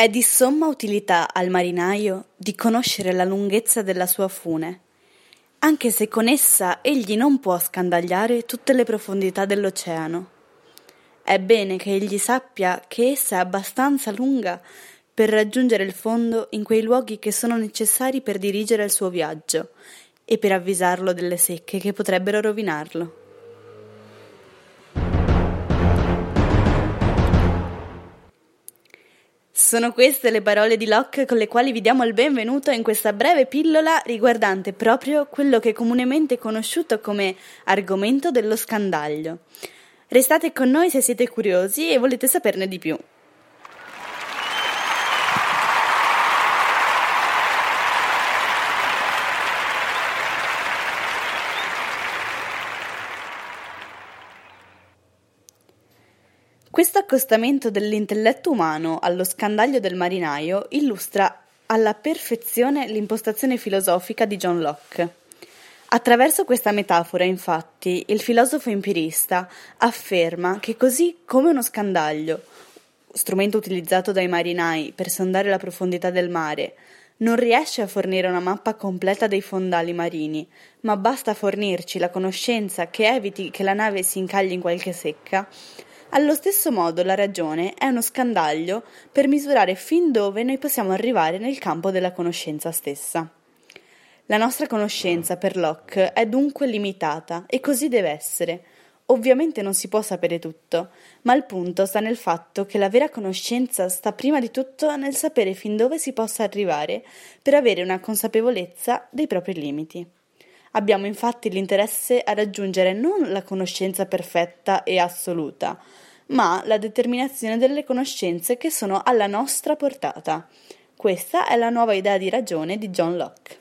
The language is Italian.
È di somma utilità al marinaio di conoscere la lunghezza della sua fune, anche se con essa egli non può scandagliare tutte le profondità dell'oceano. È bene che egli sappia che essa è abbastanza lunga per raggiungere il fondo in quei luoghi che sono necessari per dirigere il suo viaggio e per avvisarlo delle secche che potrebbero rovinarlo. Sono queste le parole di Locke con le quali vi diamo il benvenuto in questa breve pillola riguardante proprio quello che è comunemente conosciuto come argomento dello scandaglio. Restate con noi se siete curiosi e volete saperne di più. Questo accostamento dell'intelletto umano allo scandaglio del marinaio illustra alla perfezione l'impostazione filosofica di John Locke. Attraverso questa metafora, infatti, il filosofo empirista afferma che così come uno scandaglio, strumento utilizzato dai marinai per sondare la profondità del mare, non riesce a fornire una mappa completa dei fondali marini, ma basta fornirci la conoscenza che eviti che la nave si incagli in qualche secca, allo stesso modo la ragione è uno scandaglio per misurare fin dove noi possiamo arrivare nel campo della conoscenza stessa. La nostra conoscenza, per Locke, è dunque limitata e così deve essere. Ovviamente non si può sapere tutto, ma il punto sta nel fatto che la vera conoscenza sta prima di tutto nel sapere fin dove si possa arrivare per avere una consapevolezza dei propri limiti. Abbiamo infatti l'interesse a raggiungere non la conoscenza perfetta e assoluta, ma la determinazione delle conoscenze che sono alla nostra portata. Questa è la nuova idea di ragione di John Locke.